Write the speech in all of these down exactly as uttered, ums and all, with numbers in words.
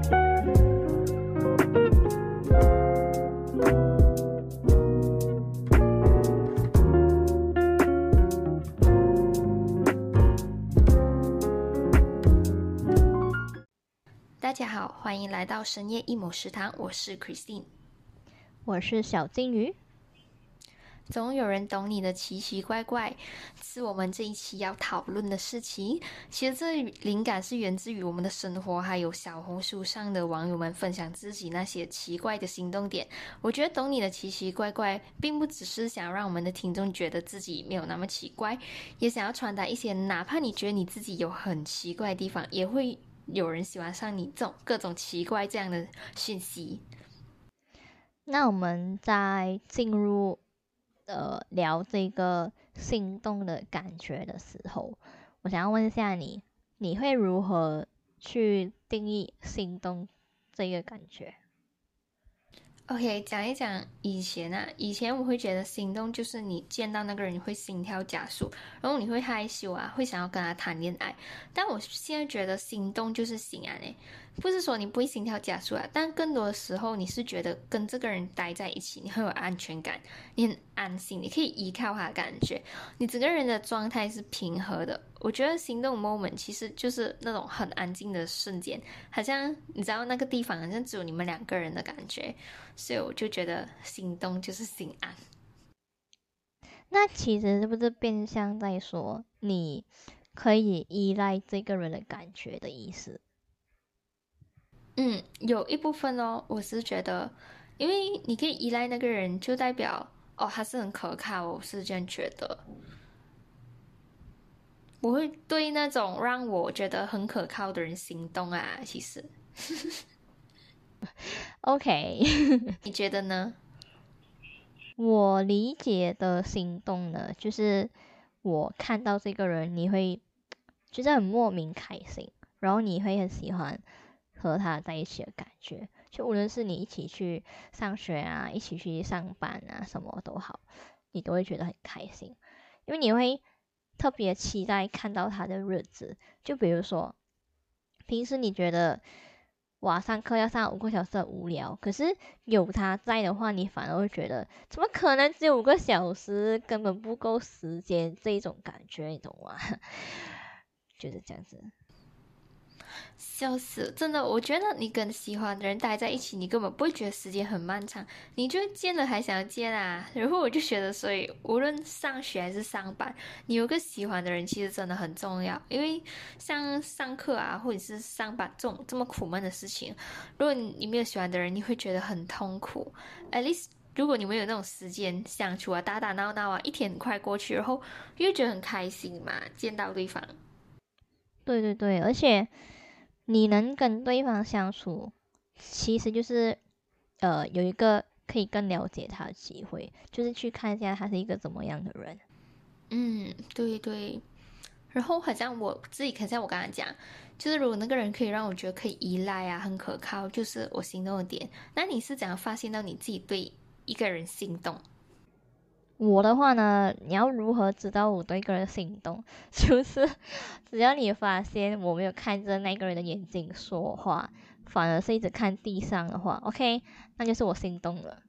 大家好，欢迎来到深夜一亩食堂，我是 Christine， 我是小金鱼。 总有人懂你的奇奇怪怪，是我们这一期要讨论的事情。其实这灵感是源自于我们的生活，还有小红书上的网友们分享自己那些奇怪的行动点。我觉得懂你的奇奇怪怪，并不只是想让我们的听众觉得自己没有那么奇怪，也想要传达一些，哪怕你觉得你自己有很奇怪的地方，也会有人喜欢上你这种各种奇怪这样的讯息。 那我们在进入呃聊这个心动的感觉的时候，我想要问一下你，你会如何去定义心动这个感觉？ OK， 讲一讲以前啊，以前我会觉得心动就是你见到那个人你会心跳加速，然后你会害羞啊，会想要跟他谈恋爱。但我现在觉得心动就是心安诶，不是说你不会心跳加速啊，但更多的时候你是觉得跟这个人待在一起，你很有安全感，你很安心，你可以依靠他的感觉，你整个人的状态是平和的。我觉得心动 moment 其实就是那种很安静的瞬间，好像你知道那个地方好像只有你们两个人的感觉，所以我就觉得心动就是心安。 那其实是不是变相在说你可以依赖这个人的感觉的意思？ 嗯，有一部分哦，我是觉得，因为你可以依赖那个人，就代表哦他是很可靠，我是这样觉得。我会对那种让我觉得很可靠的人心动啊，其实。 OK， 你觉得呢？ 我理解的心动呢，就是我看到这个人，你会就是很莫名开心，然后你会很喜欢和他在一起的感觉。就无论是你一起去上学啊，一起去上班啊，什么都好，你都会觉得很开心，因为你会特别期待看到他的日子。就比如说，平时你觉得哇，上课要上五个小时很无聊，可是有他在的话，你反而会觉得怎么可能只有五个小时，根本不够时间，这一种感觉，你懂吗？就是这样子。 笑死！真的，我觉得你跟喜欢的人待在一起，你根本不会觉得时间很漫长，你就见了还想要见啊。然后我就觉得，所以无论上学还是上班，你有个喜欢的人其实真的很重要。因为像上课啊，或者是上班这种这么苦闷的事情，如果你没有喜欢的人，你会觉得很痛苦。At least，如果你们有那种时间相处啊，打打闹闹啊，一天很快过去，然后又会觉得很开心嘛，见到对方。 对对对，而且你能跟对方相处，其实就是呃有一个可以更了解他的机会，就是去看一下他是一个怎么样的人。 嗯，对对。然后好像我自己，好像我刚刚讲，就是如果那个人可以让我觉得可以依赖啊，很可靠，就是我心动的点。那你是怎样发现到你自己对一个人心动？ 我的话呢，你要如何知道我对一个人心动？就是只要你发现我没有看着那个人的眼睛说话，反而是一直看地上的话，OK，那就是我心动了。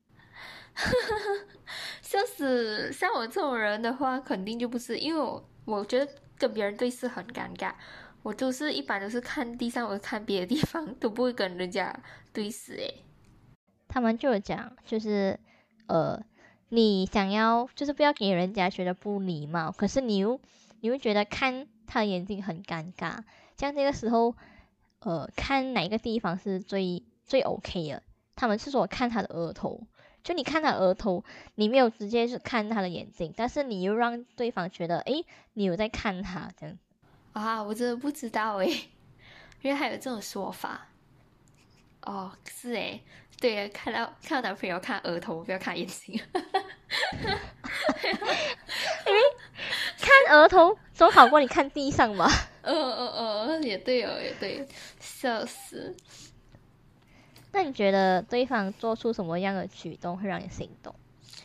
笑死！像我这种人的话，肯定就不是，因为我我觉得跟别人对视很尴尬，我都是一般都是看地上，我看别的地方，都不会跟人家对视诶。 他们就有讲，就是呃，你想要就是不要给人家觉得不礼貌，可是你又你又觉得看他的眼睛很尴尬，像这个时候，呃，看哪个地方是最最 OK 的？他们是说看他的额头，就你看他的额头，你没有直接是看他的眼睛，但是你又让对方觉得，诶，你有在看他，这样。 啊，我真的不知道诶，原来还有这种说法。哦，是诶，对，看到看到男朋友看额头，不要看眼睛。 看额头总好过你看地上吧？ 呃呃呃，也对哦，也对，笑死。 那你觉得对方做出什么样的举动会让你心动？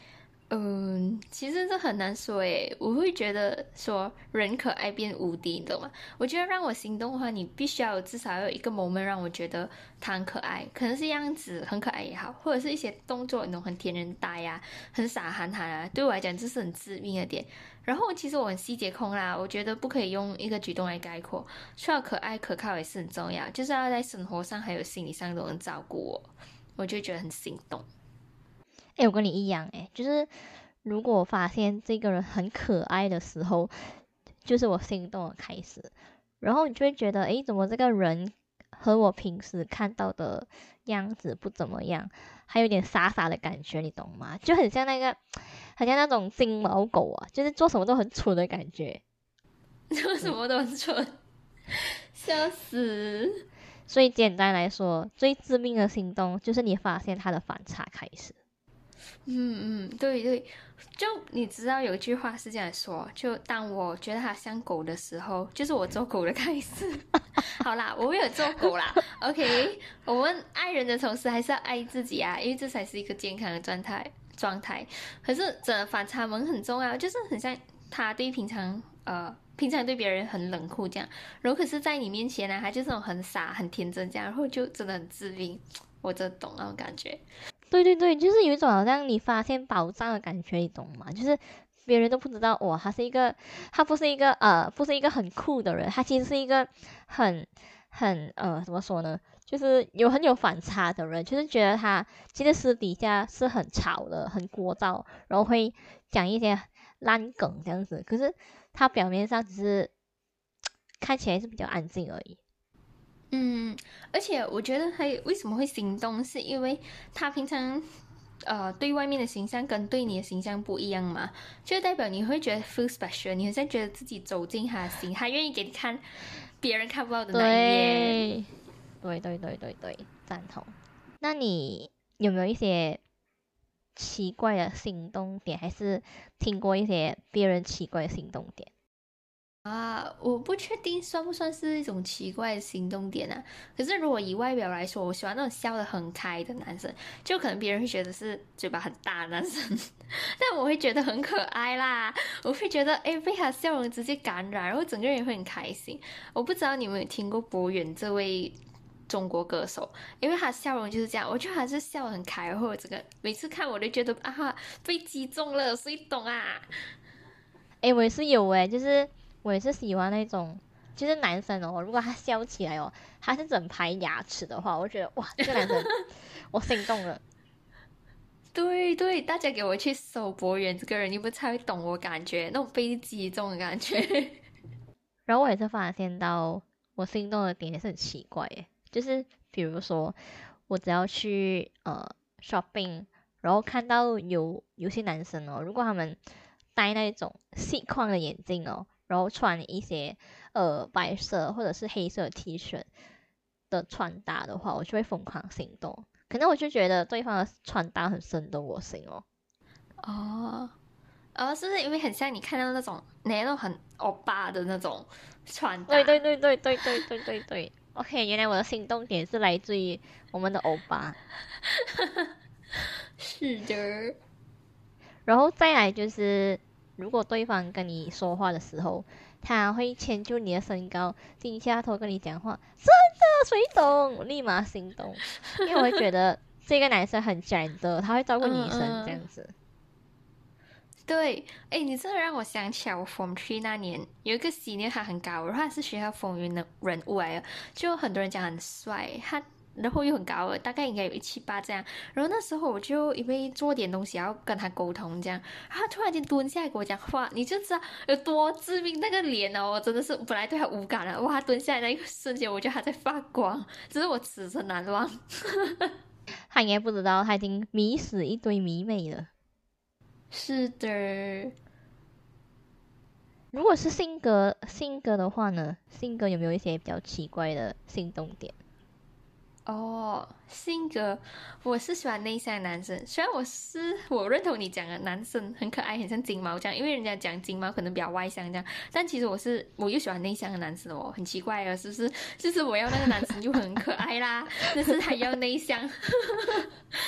嗯，其实这很难说诶，我会觉得说人可爱变无敌，你懂吗？我觉得让我心动的话，你必须要有至少要有一个 moment 让我觉得他很可爱，可能是样子很可爱也好，或者是一些动作那种很天然呆呀、很傻憨憨啊，对我来讲这是很致命的点。然后其实我很细节控啦，我觉得不可以用一个举动来概括，除了可爱可靠也是很重要，就是要在生活上还有心理上都能照顾我，我就觉得很心动。 哎，我跟你一样，哎，就是如果我发现这个人很可爱的时候，就是我心动的开始。然后你就会觉得，哎，怎么这个人和我平时看到的样子不怎么样，还有点傻傻的感觉，你懂吗？就很像那个，很像那种金毛狗啊，就是做什么都很蠢的感觉。 做什么都很蠢，笑死。 所以简单来说，最致命的心动就是你发现他的反差开始。 嗯嗯，对对，就你知道有一句话是这样说，就当我觉得它像狗的时候，就是我做狗的开始。好啦，我没有做狗啦，OK。我们爱人的同时还是要爱自己啊，因为这才是一个健康的状态状态。可是真的反差萌很重要，就是很像他对平常呃平常对别人很冷酷这样，然后可是在你面前呢，他就是那种很傻很天真这样，然后就真的很致命，我真的懂那种感觉。 对对对，就是有一种好像你发现宝藏的感觉，你懂吗？就是别人都不知道，哇，他是一个，他不是一个呃，不是一个很酷的人，他其实是一个很很呃，怎么说呢？就是有很有反差的人，就是觉得他其实私底下是很吵的，很聒噪，然后会讲一些烂梗这样子，可是他表面上只是看起来是比较安静而已。 嗯，而且我觉得他为什么会心动，是因为他平常呃对外面的形象跟对你的形象不一样嘛，就代表你会觉得 feel special，你好像觉得自己走进他的心，他愿意给你看别人看不到的那一面。 对，对对对对对，赞同。那你有没有一些奇怪的行动点，还是听过一些别人奇怪的行动点？ 啊，我不确定算不算是一种奇怪的行动点啊。可是如果以外表来说，我喜欢那种笑得很开的男生，就可能别人会觉得是嘴巴很大的男生，但我会觉得很可爱啦。我会觉得，哎，被他笑容直接感染，然后整个人也会很开心。我不知道你有没有听过博远这位中国歌手，因为他笑容就是这样，我觉得他是笑得很开，然后这个每次看我都觉得啊被击中了，谁懂啊？ 诶，我也是有诶，就是我也是喜欢那种，就是男生哦，如果他笑起来哦，他是整排牙齿的话，我就觉得哇，这个男生我心动了。 对对，大家给我去搜博远这个人，你不太会懂我感觉，那种被击中的感觉。 然后我也是发现到我心动的点也是很奇怪诶，就是比如说我只要去呃 shopping，然后看到有有些男生哦，如果他们戴那种细框的眼镜哦，然后穿一些呃白色或者是黑色 T 恤的穿搭的话，我就会疯狂心动。可能我就觉得对方的穿搭很深得我心哦。 哦哦，是不是因为很像你看到那种那种很欧巴的那种穿对对搭？ 对对对对对对对。OK，原来我的心动点是来自于我们的欧巴。 是的。 然后再来就是，如果对方跟你说话的时候，他会迁就你的身高，低下头跟你讲话，真的谁懂？立马心动，因为我会觉得这个男生很 g e 的，他会照顾女嗯生这嗯， 样子。 对，哎，你真的让我想起来，我 Form Three 那年有一个 senior，他很高，然后他是学校风云的人物来的，就很多人讲很帅，他然后又很高了，大概应该有一七八这样。然后那时候我就因为做点东西要跟他沟通这样，然后他突然间蹲下来跟我讲话，你就知道有多致命，那个脸哦，我真的是本来对他无感了，哇，他蹲下来那一瞬间，我觉得他在发光，只是我此生难忘。 他应该不知道，他已经迷死一堆迷妹了。 是的。 如果是性格性格的话呢，性格有没有一些比较奇怪的心动点？ 哦，性格我是喜欢内向的男生，虽然我是我认同你讲的男生很可爱，很像金毛这样，因为人家讲金毛可能比较外向这样，但其实我是我又喜欢内向的男生哦，很奇怪啊，是不是？就是我要那个男生就很可爱啦，但是他要内向。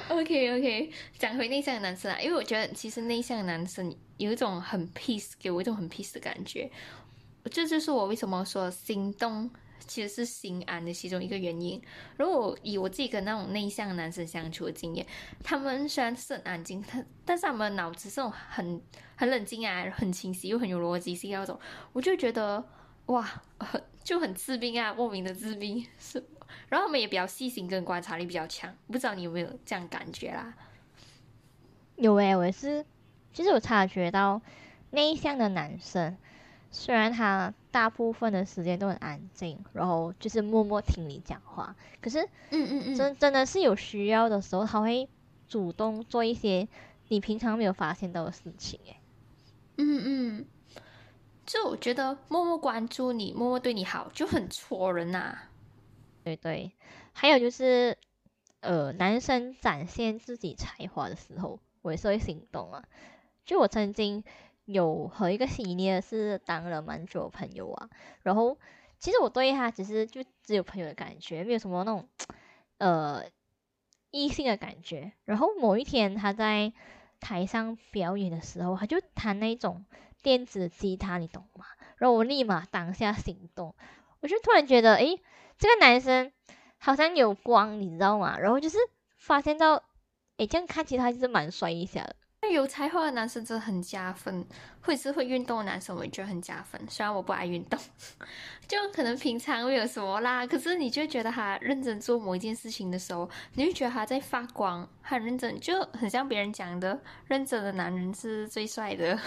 OK OK，讲回内向的男生啊，因为我觉得其实内向的男生有一种很 peace，给我一种很 peace 的感觉，这就是我为什么说心动其实是心安的其中一个原因。如果以我自己跟那种内向的男生相处的经验，他们虽然是很安静，他但是他们脑子是那种很很冷静啊，很清晰又很有逻辑性那种，我就觉得哇，很就很治病啊，莫名的治病是。然后他们也比较细心，跟观察力比较强，不知道你有没有这样感觉啦？ 有诶，我也是，就是我察觉到内向的男生，虽然他大部分的时间都很安静，然后就是默默听你讲话，可是嗯嗯嗯真真的是有需要的时候，他会主动做一些你平常没有发现到的事情。诶， 嗯嗯，就我觉得默默关注你，默默对你好，就很戳人呐、啊。 对对，还有就是呃，男生展现自己才华的时候，我也是会心动啊。就我曾经有和一个系列是当了蛮久的朋友啊，然后其实我对他只是就只有朋友的感觉，没有什么那种呃异性的感觉。然后某一天他在台上表演的时候，他就弹那种电子吉他，你懂吗？然后我立马当下心动，我就突然觉得，诶，这个男生好像有光，你知道吗？然后就是发现到，诶，这样看起来他就是蛮帅一下的。 有才华的男生真的很加分，或者是会运动的男生，我也觉得很加分。虽然我不爱运动，就可能平常没有什么啦，可是你就觉得他认真做某一件事情的时候，你会觉得他在发光，很认真，就很像别人讲的，认真的男人是最帅的。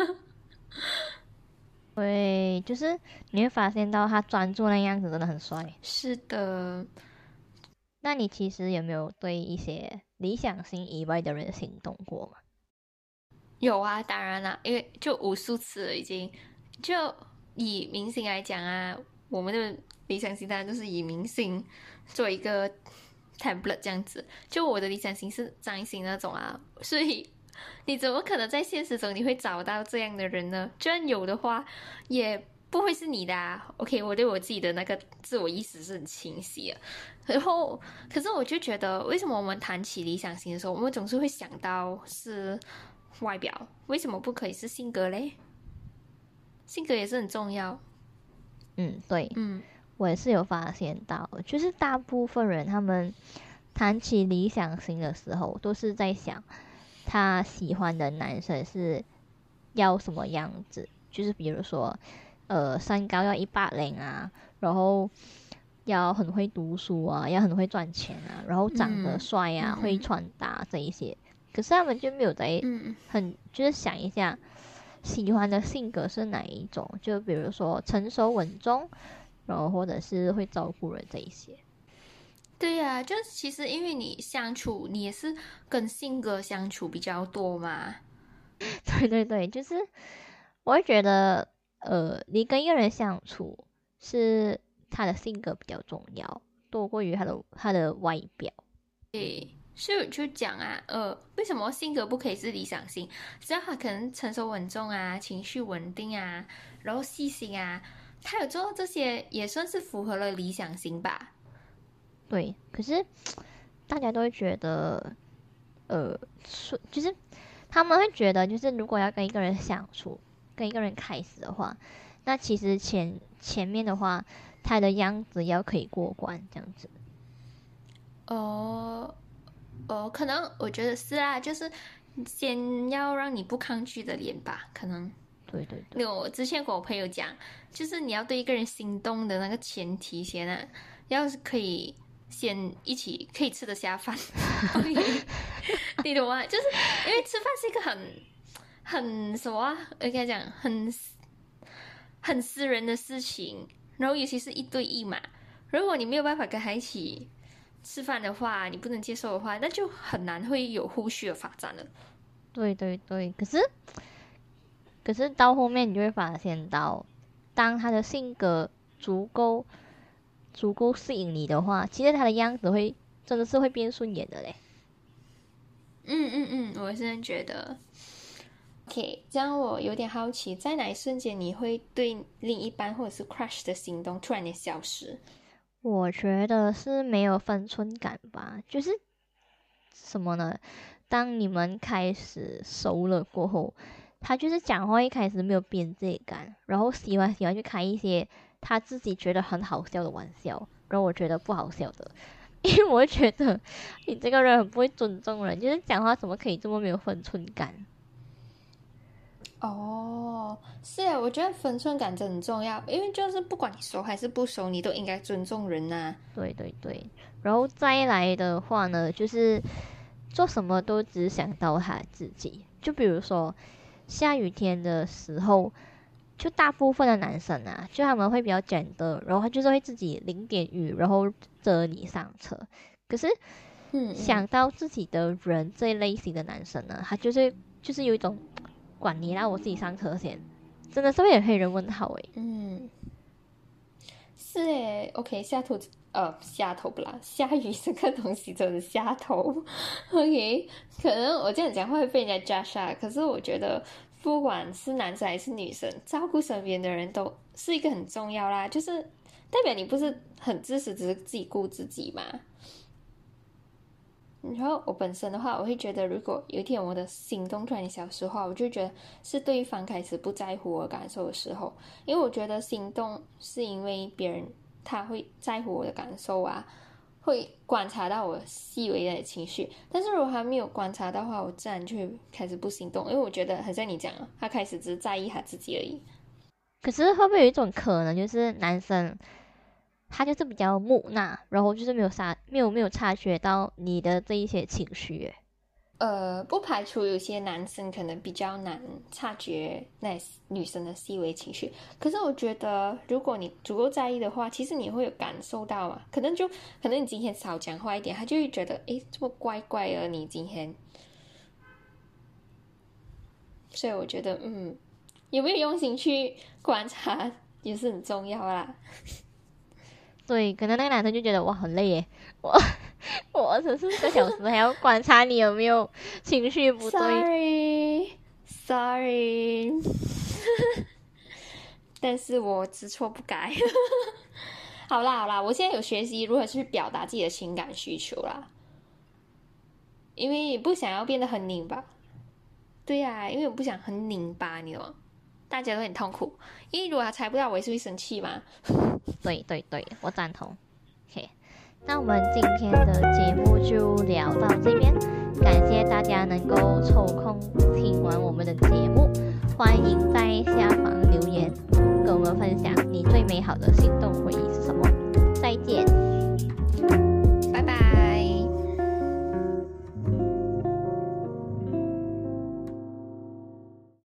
对，就是你会发现到他专注那样子真的很帅。 是的， 那你其实有没有对一些理想型以外的人心动过吗？ 有啊，当然啦，因为就无数次了已经。就以明星来讲啊，我们的理想型当然就是以明星做一个 template 这样子。就我的理想型是张艺兴那种啊，所以你怎么可能在现实中你会找到这样的人呢？就算有的话，也不会是你的啊。OK，我对我自己的那个自我意识是很清晰的。然后，可是我就觉得，为什么我们谈起理想型的时候，我们总是会想到是外表，为什么不可以是性格嘞？性格也是很重要。 嗯，对， 嗯我也是有发现到，就是大部分人他们谈起理想型的时候，都是在想他喜欢的男生是要什么样子，就是比如说，呃，身高要一八零啊，然后要很会读书啊，要很会赚钱啊，然后长得嗯帅啊，会嗯嗯穿搭这一些。可是他们就没有在嗯很就是想一下喜欢的性格是哪一种，就比如说成熟稳重，然后或者是会照顾人这一些。 对呀、就其实因为你相处，你也是跟性格相处比较多嘛。 对对对，就是我会觉得，呃，你跟一个人相处是他的性格比较重要，多过于他的他的外表。 对，所以我就讲啊，呃，为什么性格不可以是理想型？只要他可能成熟稳重啊，情绪稳定啊，然后细心啊，他有做到这些，也算是符合了理想型吧。 对，可是大家都会觉得，呃，说就是他们会觉得，就是如果要跟一个人相处，跟一个人开始的话，那其实前前面的话，他的样子要可以过关，这样子。 哦哦，可能我觉得是啊，就是先要让你不抗拒的脸吧，可能。 对对对。 那我之前跟我朋友讲，就是你要对一个人心动的那个前提先啊，要是可以先一起可以吃得下饭，OK，你懂吗？就是因为吃饭是一个很很什么啊？我跟你讲，很很私人的事情，然后尤其是一对一嘛，如果你没有办法跟他一起吃饭的话，你不能接受的话，那就很难会有后续的发展了。 对对对，可是可是到后面你就会发现到，当他的性格足够足够吸引你的话，其实他的样子会真的是会变顺眼的嘞。 嗯嗯嗯，我是这样觉得。OK，这样我有点好奇，在哪一瞬间你会对另一半或者是 crush 的行动突然间消失？ 我觉得是没有分寸感吧，就是什么呢？当你们开始熟了过后，他就是讲话一开始没有边界感，然后喜欢喜欢去开一些他自己觉得很好笑的玩笑，然后我觉得不好笑的，因为我会觉得你这个人很不会尊重人，就是讲话怎么可以这么没有分寸感。 哦，是啊，我觉得分寸感真的很重要，因为就是不管你熟还是不熟，你都应该尊重人呐、啊。 对对对，然后再来的话呢，就是做什么都只想到他自己。就比如说下雨天的时候，就大部分的男生啊，就他们会比较简单，然后他就是会自己淋点雨，然后遮你上车。可是嗯， 想到自己的人这一类型的男生呢，他就是就是有一种管你啦，我自己上车先，真的是会有黑人问号诶。 嗯，是诶 OK，下头呃下头不啦，下雨这个东西真的下头。OK，可能我这样讲话会被人家 judge 啊，可是我觉得不管是男生还是女生，照顾身边的人都是一个很重要啦，就是代表你不是很自私，只是自己顾自己嘛。然后我本身的话，我会觉得，如果有一天我的行动突然消失的话，我就觉得是对方开始不在乎我感受的时候，因为我觉得行动是因为别人他会在乎我的感受啊，会观察到我细微的情绪，但是如果他没有观察到的话，我自然就会开始不行动，因为我觉得很像你讲，他开始只是在意他自己而已。 可是会不会有一种可能，就是男生他就是比较木讷，然后就是没有察没有没有察觉到你的这一些情绪。 呃，不排除有些男生可能比较难察觉那女生的细微情绪，可是我觉得如果你足够在意的话，其实你会有感受到嘛。可能就可能你今天少讲话一点，他就会觉得诶这么怪怪的你今天，所以我觉得嗯，有没有用心去观察也是很重要啦。 对，可能那个男生就觉得哇很累耶，我我二十四个小时还要观察你有没有情绪不对。Sorry，Sorry， 但是我知错不改。好啦好啦，我现在有学习如何去表达自己的情感需求啦，因为不想要变得很拧巴。对呀、啊，因为我不想很拧巴，你懂吗？大家都很痛苦，因为如果他猜不到，我也是会生气嘛。 对对对，我赞同。OK，那我们今天的节目就聊到这边，感谢大家能够抽空听完我们的节目，欢迎在下